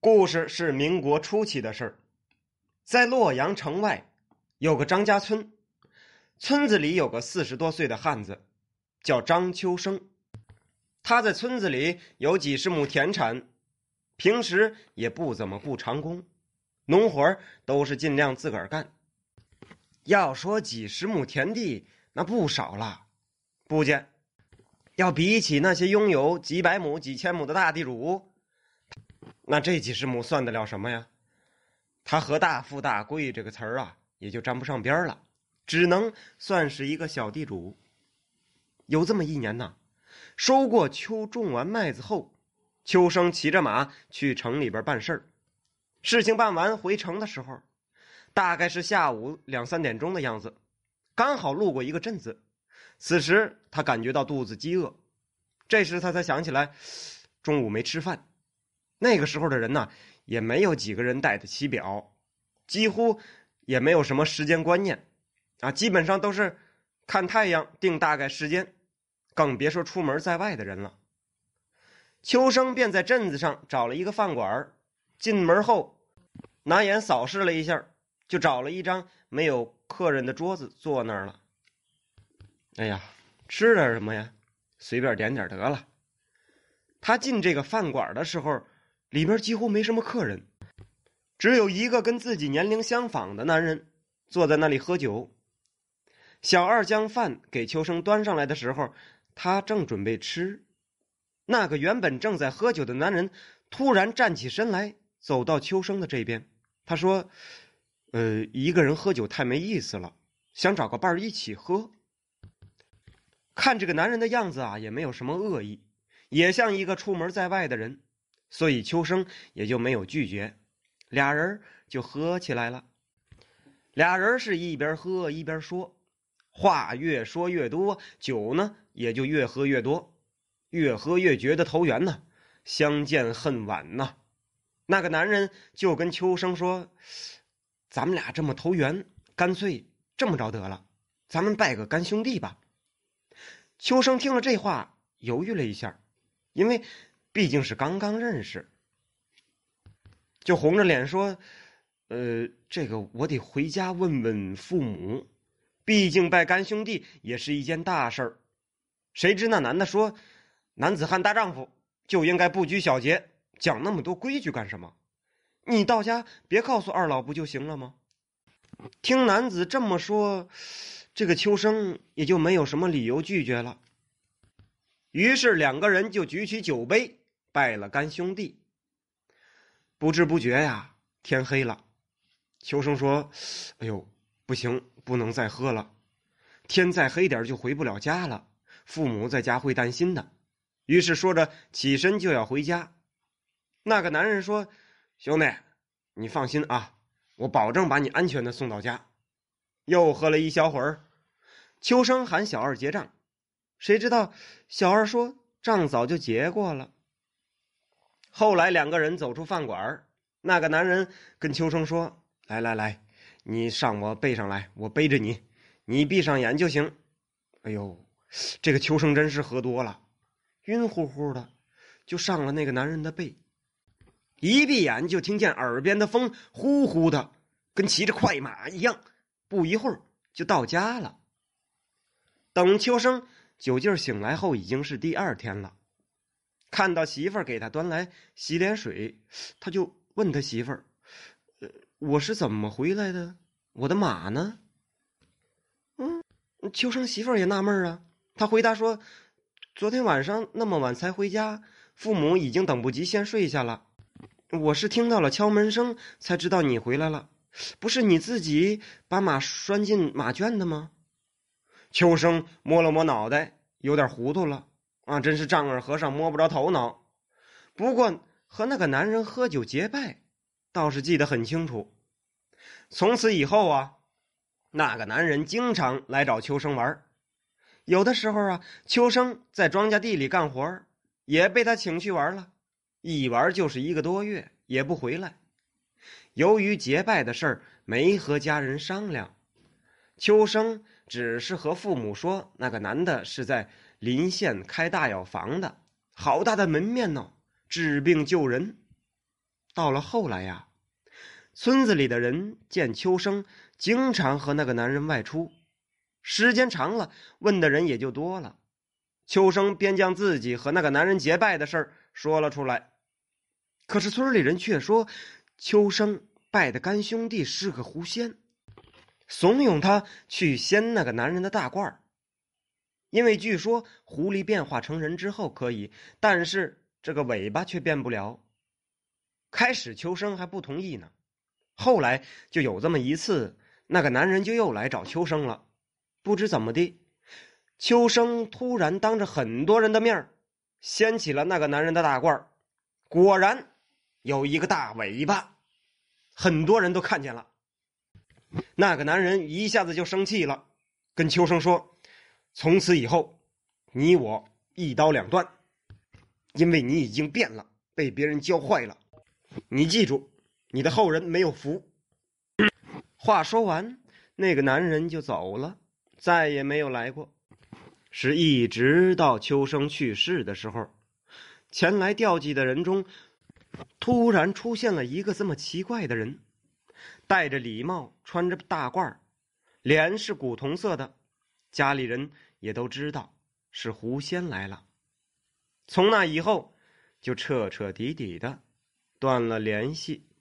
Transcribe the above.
故事是民国初期的事儿，在洛阳城外有个张家村，村子里有个40多岁的汉子，叫张秋生。他在村子里有几十亩田产，平时也不怎么顾长工，农活都是尽量自个儿干。要说几十亩田地，那不少了，不见要比起那些拥有几百亩、几千亩的大地主，那这几十亩算得了什么呀？他和大富大贵这个词儿啊，也就沾不上边了，只能算是一个小地主。有这么一年呢，收过秋种完麦子后，秋生骑着马去城里边办事儿。事情办完回城的时候，大概是下午2、3点钟的样子，刚好路过一个镇子。此时他感觉到肚子饥饿，这时他才想起来中午没吃饭。那个时候的人呢，也没有几个人带得起表，几乎也没有什么时间观念啊，基本上都是看太阳定大概时间，更别说出门在外的人了。秋生便在镇子上找了一个饭馆，进门后拿眼扫视了一下，就找了一张没有客人的桌子坐那儿了。哎呀，吃点什么呀？随便点点得了。他进这个饭馆的时候，里边几乎没什么客人，只有一个跟自己年龄相仿的男人坐在那里喝酒。小二将饭给秋生端上来的时候，他正准备吃，那个原本正在喝酒的男人突然站起身来，走到秋生的这边。他说一个人喝酒太没意思了，想找个伴儿一起喝。看这个男人的样子啊，也没有什么恶意，也像一个出门在外的人，所以秋生也就没有拒绝，俩人就喝起来了。俩人是一边喝一边说，话越说越多，酒呢也就越喝越多，越喝越觉得投缘呢，相见恨晚呢。那个男人就跟秋生说，咱们俩这么投缘，干脆这么着得了，咱们拜个干兄弟吧。秋生听了这话犹豫了一下，因为毕竟是刚刚认识，就红着脸说这个我得回家问问父母，毕竟拜干兄弟也是一件大事儿。谁知那男的说，男子汉大丈夫就应该不拘小节，讲那么多规矩干什么？你到家别告诉二老不就行了吗？听男子这么说，这个秋生也就没有什么理由拒绝了。于是两个人就举起酒杯拜了干兄弟。不知不觉呀，天黑了。秋生说，哎呦，不行，不能再喝了，天再黑点就回不了家了，父母在家会担心的。于是说着起身就要回家。那个男人说，兄弟，你放心啊，我保证把你安全的送到家。又喝了一小会儿，秋生喊小二结账，谁知道小二说账早就结过了。后来两个人走出饭馆，那个男人跟秋生说，来，你上我背上来，我背着你，你闭上眼就行。哎呦，这个秋生真是喝多了，晕乎乎的就上了那个男人的背，一闭眼就听见耳边的风呼呼的，跟骑着快马一样，不一会儿就到家了。等秋生酒劲醒来后，已经是第2天了。看到媳妇儿给他端来洗脸水，他就问他媳妇儿，我是怎么回来的？我的马呢？秋生媳妇儿也纳闷啊，他回答说，昨天晚上那么晚才回家，父母已经等不及先睡下了，我是听到了敲门声才知道你回来了，不是你自己把马拴进马圈的吗？秋生摸了摸脑袋，有点糊涂了啊，真是丈二和尚摸不着头脑。不过和那个男人喝酒结拜倒是记得很清楚。从此以后啊，那个男人经常来找秋生玩，有的时候啊，秋生在庄稼地里干活，也被他请去玩了，一玩就是1个多月也不回来。由于结拜的事儿没和家人商量，秋生只是和父母说，那个男的是在临县开大药房的，好大的门面呢，治病救人。 到了后来呀，村子里的人见秋生经常和那个男人外出，时间长了，问的人也就多了。秋生便将自己和那个男人结拜的事儿说了出来。可是村里人却说，秋生拜的干兄弟是个狐仙，怂恿他去掀那个男人的大褂。因为据说狐狸变化成人之后可以，但是这个尾巴却变不了。开始秋生还不同意呢，后来就有这么一次，那个男人就又来找秋生了。不知怎么的，秋生突然当着很多人的面掀起了那个男人的大褂，果然有一个大尾巴，很多人都看见了。那个男人一下子就生气了，跟秋生说，从此以后你我一刀两断，因为你已经变了，被别人教坏了，你记住，你的后人没有福。话说完，那个男人就走了，再也没有来过。是一直到秋生去世的时候，前来吊祭的人中突然出现了一个这么奇怪的人，戴着礼帽，穿着大褂，脸是古铜色的，家里人也都知道是狐仙来了。从那以后就彻彻底底的断了联系。